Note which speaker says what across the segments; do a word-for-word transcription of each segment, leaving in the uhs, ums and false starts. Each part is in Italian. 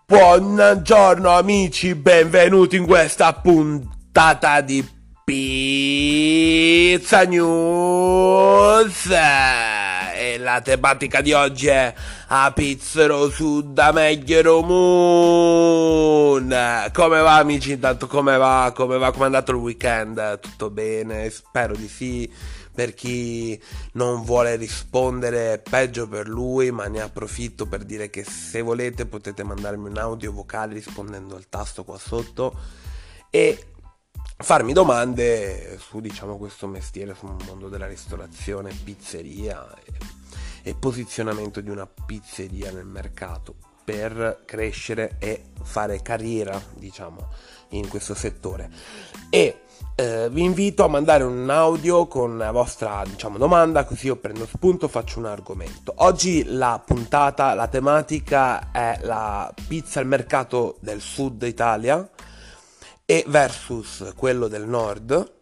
Speaker 1: Buongiorno amici, benvenuti in questa puntata di Pizza News. E la tematica di oggi è a Pizzero Sud a Megliero Moon. Come va amici? Intanto come va? Come va? Come è andato il weekend? Tutto bene? Spero di sì. Per chi non vuole rispondere, peggio per lui, ma ne approfitto per dire che se volete potete mandarmi un audio vocale rispondendo al tasto qua sotto e farmi domande su, diciamo, questo mestiere, sul mondo della ristorazione, pizzeria e, e posizionamento di una pizzeria nel mercato per crescere e fare carriera, diciamo, in questo settore. E eh, vi invito a mandare un audio con la vostra, diciamo, domanda, così io prendo spunto, faccio un argomento. Oggi la puntata, la tematica è la pizza al mercato del sud Italia e versus quello del nord,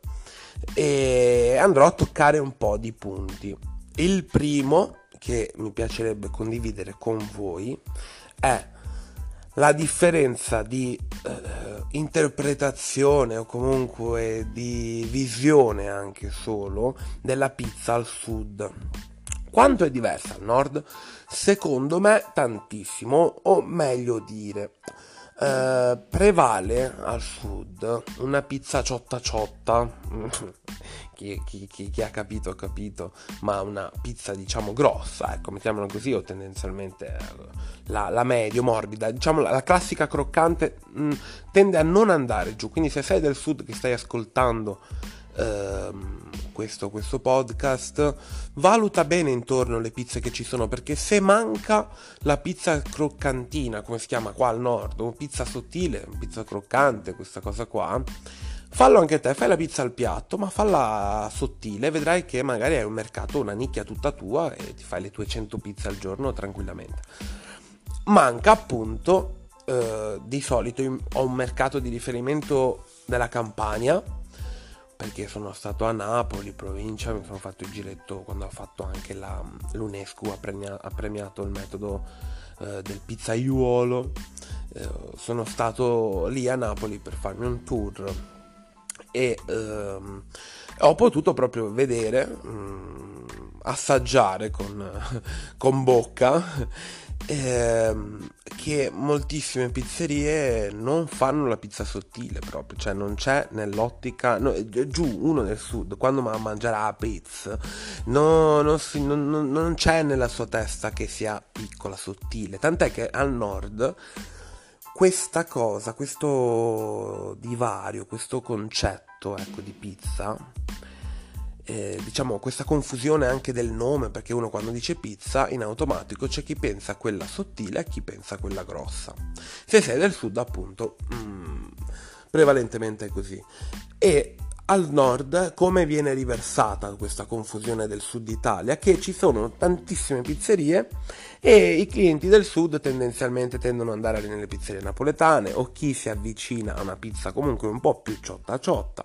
Speaker 1: e andrò a toccare un po' di punti. Il primo che mi piacerebbe condividere con voi è la differenza di eh, interpretazione o comunque di visione anche solo della pizza al sud. Quanto è diversa al nord? Secondo me tantissimo, o meglio dire, eh, prevale al sud una pizza ciotta ciotta. Chi, chi, chi, chi ha capito ha capito, ma una pizza diciamo grossa, ecco, mettiamola così, o tendenzialmente la, la medio morbida, diciamo la, la classica croccante mh, tende a non andare giù. Quindi se sei del sud che stai ascoltando ehm, questo, questo podcast, valuta bene intorno le pizze che ci sono, perché se manca la pizza croccantina, come si chiama qua al nord, o pizza sottile, pizza croccante, questa cosa qua, fallo anche te, fai la pizza al piatto, ma falla sottile, vedrai che magari hai un mercato, una nicchia tutta tua e ti fai le tue cento pizze al giorno tranquillamente. Manca appunto, eh, di solito io ho un mercato di riferimento della Campania, perché sono stato a Napoli, provincia, mi sono fatto il giretto quando ho fatto anche la, l'UNESCO, ha, premia, ha premiato il metodo eh, del pizzaiuolo, eh, sono stato lì a Napoli per farmi un tour e ehm, ho potuto proprio vedere, mh, assaggiare con, con bocca ehm, che moltissime pizzerie non fanno la pizza sottile proprio, cioè non c'è nell'ottica, no, giù uno del sud quando va a mangiare la pizza no, non, si, non, non, non c'è nella sua testa che sia piccola, sottile, tant'è che al nord questa cosa, questo divario, questo concetto, ecco, di pizza, eh, diciamo questa confusione anche del nome, perché uno quando dice pizza in automatico c'è chi pensa a quella sottile e chi pensa a quella grossa. Se sei del sud appunto mm, prevalentemente è così. E al nord come viene riversata questa confusione del sud Italia? Che ci sono tantissime pizzerie e i clienti del sud tendenzialmente tendono ad andare nelle pizzerie napoletane o chi si avvicina a una pizza comunque un po' più ciotta ciotta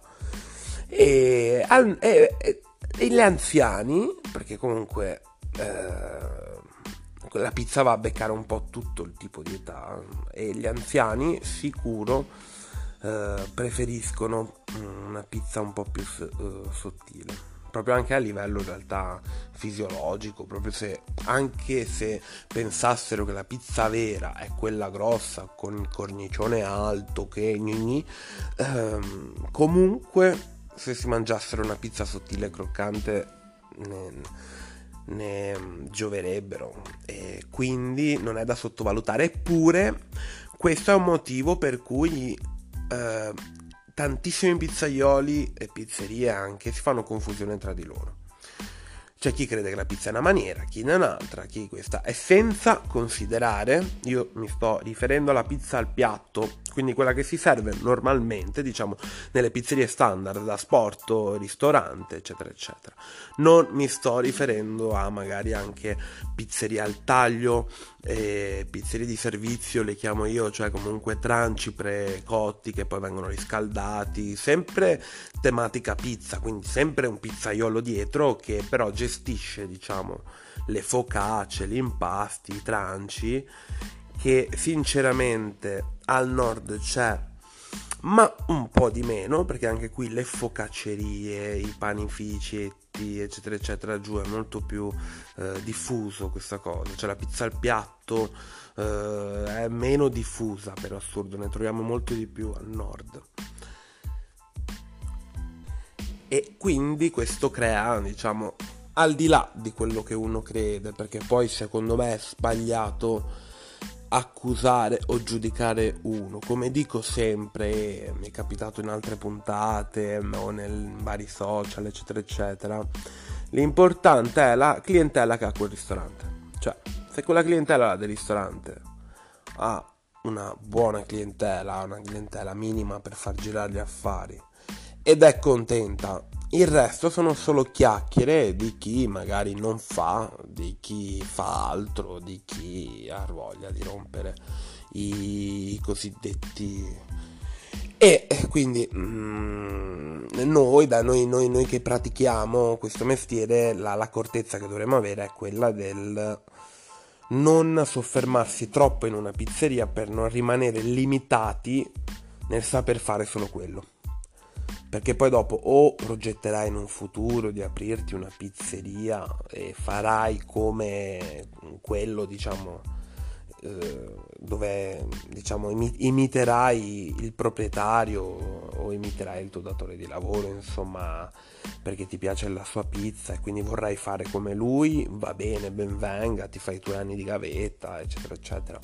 Speaker 1: e, e, e, e gli anziani, perché comunque eh, la pizza va a beccare un po' tutto il tipo di età, e gli anziani sicuro Uh, preferiscono una pizza un po' più uh, sottile, proprio anche a livello in realtà fisiologico, proprio se anche se pensassero che la pizza vera è quella grossa con il cornicione alto che gni, um, comunque se si mangiassero una pizza sottile e croccante ne, ne gioverebbero, e quindi non è da sottovalutare. Eppure questo è un motivo per cui Uh, tantissimi pizzaioli e pizzerie anche si fanno confusione tra di loro. C'è chi crede che la pizza è una maniera, chi è un'altra, chi questa, e senza considerare, io mi sto riferendo alla pizza al piatto, quindi quella che si serve normalmente, diciamo, nelle pizzerie standard da sport, ristorante, eccetera, eccetera. Non mi sto riferendo a magari anche pizzerie al taglio, eh, pizzerie di servizio, le chiamo io, cioè comunque tranci precotti che poi vengono riscaldati, sempre tematica pizza, quindi sempre un pizzaiolo dietro che però gestisce, diciamo, le focacce, gli impasti, i tranci, che sinceramente al nord c'è, ma un po' di meno, perché anche qui le focaccerie, i panifici, eccetera eccetera, giù è molto più eh, diffuso questa cosa, cioè la pizza al piatto eh, è meno diffusa, per assurdo, ne troviamo molto di più al nord. E quindi questo crea, diciamo, al di là di quello che uno crede, perché poi secondo me è sbagliato accusare o giudicare uno. Come dico sempre, mi è capitato in altre puntate o nel, in vari social, eccetera, eccetera, l'importante è la clientela che ha quel ristorante. Cioè, se quella clientela del ristorante ha una buona clientela, una clientela minima per far girare gli affari ed è contenta, il resto sono solo chiacchiere di chi magari non fa, di chi fa altro, di chi ha voglia di rompere i cosiddetti. E quindi mm, noi, da noi, noi, noi che pratichiamo questo mestiere, la, l'accortezza che dovremmo avere è quella del non soffermarsi troppo in una pizzeria per non rimanere limitati nel saper fare solo quello. Perché poi dopo o progetterai in un futuro di aprirti una pizzeria e farai come quello, diciamo, eh, dove diciamo imi- imiterai il proprietario o imiterai il tuo datore di lavoro, insomma, perché ti piace la sua pizza e quindi vorrai fare come lui, va bene, ben venga, ti fai i tuoi anni di gavetta, eccetera, eccetera.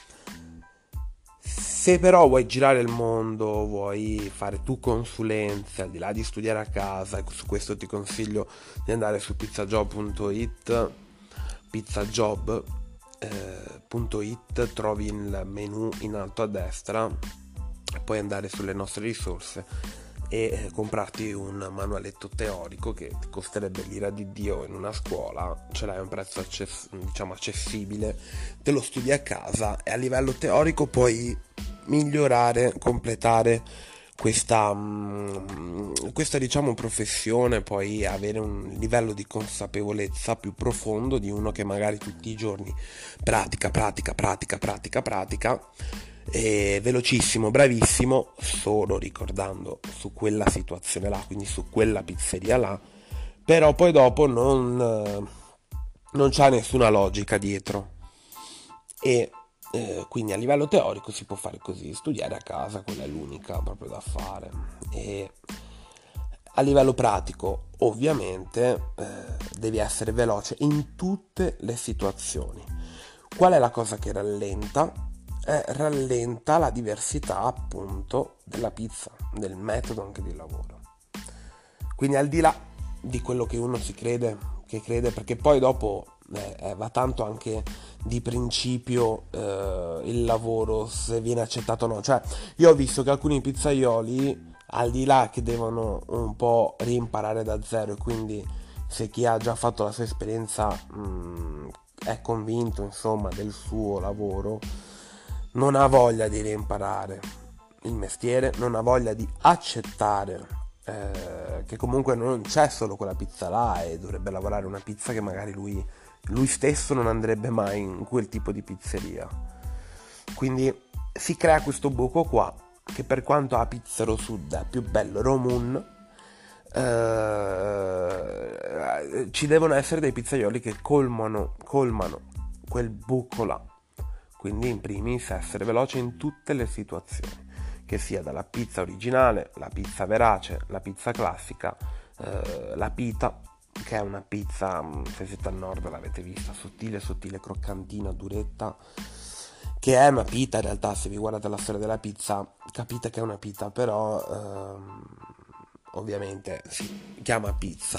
Speaker 1: Se però vuoi girare il mondo, vuoi fare tu consulenze, al di là di studiare a casa, ecco, su questo ti consiglio di andare su pizzajob punto it, pizzajob punto it, trovi il menu in alto a destra, puoi andare sulle nostre risorse e comprarti un manualetto teorico che ti costerebbe l'ira di Dio in una scuola, ce l'hai a un prezzo access- diciamo accessibile, te lo studi a casa e a livello teorico puoi migliorare, completare questa, questa diciamo professione, poi avere un livello di consapevolezza più profondo di uno che magari tutti i giorni pratica, pratica, pratica, pratica, pratica, e velocissimo, bravissimo, solo ricordando su quella situazione là, quindi su quella pizzeria là, però poi dopo non, non c'ha nessuna logica dietro. E eh, quindi a livello teorico si può fare così, studiare a casa, quella è l'unica proprio da fare. E a livello pratico, ovviamente, eh, devi essere veloce in tutte le situazioni. Qual è la cosa che rallenta? Eh, rallenta la diversità appunto della pizza, del metodo anche di lavoro. Quindi al di là di quello che uno si crede, che crede, perché poi dopo eh, eh, va tanto anche di principio eh, il lavoro, se viene accettato o no. Cioè, io ho visto che alcuni pizzaioli, al di là che devono un po' rimparare da zero, e quindi se chi ha già fatto la sua esperienza mh, è convinto, insomma, del suo lavoro, non ha voglia di reimparare il mestiere, non ha voglia di accettare eh, che comunque non c'è solo quella pizza là e dovrebbe lavorare una pizza che magari lui, lui stesso non andrebbe mai in quel tipo di pizzeria. Quindi si crea questo buco qua, che per quanto a Pizzero Sud è più bello Romun, eh, ci devono essere dei pizzaioli che colmano, colmano quel buco là. Quindi in primis essere veloce in tutte le situazioni, che sia dalla pizza originale, la pizza verace, la pizza classica, eh, la pita, che è una pizza, se siete al nord l'avete vista, sottile, sottile, croccantina, duretta, che è una pita in realtà. Se vi guardate la storia della pizza capite che è una pita, però ehm, ovviamente si chiama pizza.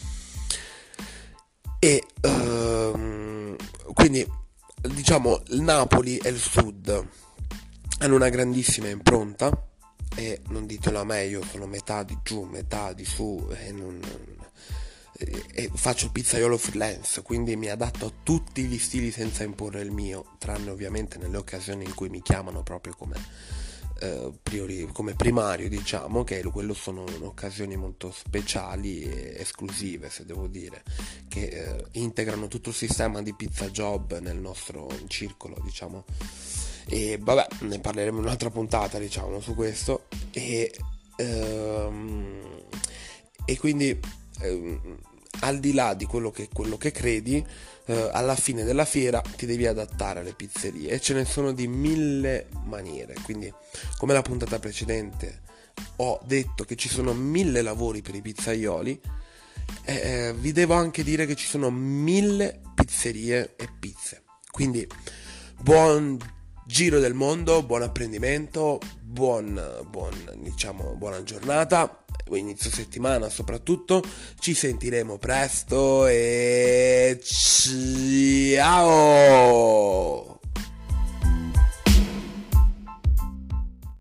Speaker 1: E ehm, quindi diciamo il Napoli e il sud hanno una grandissima impronta, e non ditelo a me, io sono metà di giù, metà di su, e, non, e, e faccio il pizzaiolo freelance, quindi mi adatto a tutti gli stili senza imporre il mio, tranne ovviamente nelle occasioni in cui mi chiamano proprio come eh, priori, come primario, diciamo, che quello sono occasioni molto speciali e esclusive, se devo dire, che eh, integrano tutto il sistema di Pizza Job nel nostro circolo, diciamo. E vabbè, ne parleremo in un'altra puntata, diciamo, su questo. E, ehm, e quindi ehm, al di là di quello che, quello che credi, eh, alla fine della fiera ti devi adattare alle pizzerie, e ce ne sono di mille maniere. Quindi, come la puntata precedente ho detto che ci sono mille lavori per i pizzaioli, eh, vi devo anche dire che ci sono mille pizzerie e pizze. Quindi buon giro del mondo, buon apprendimento, buon, buon diciamo buona giornata, inizio settimana soprattutto. Ci sentiremo presto e ciao.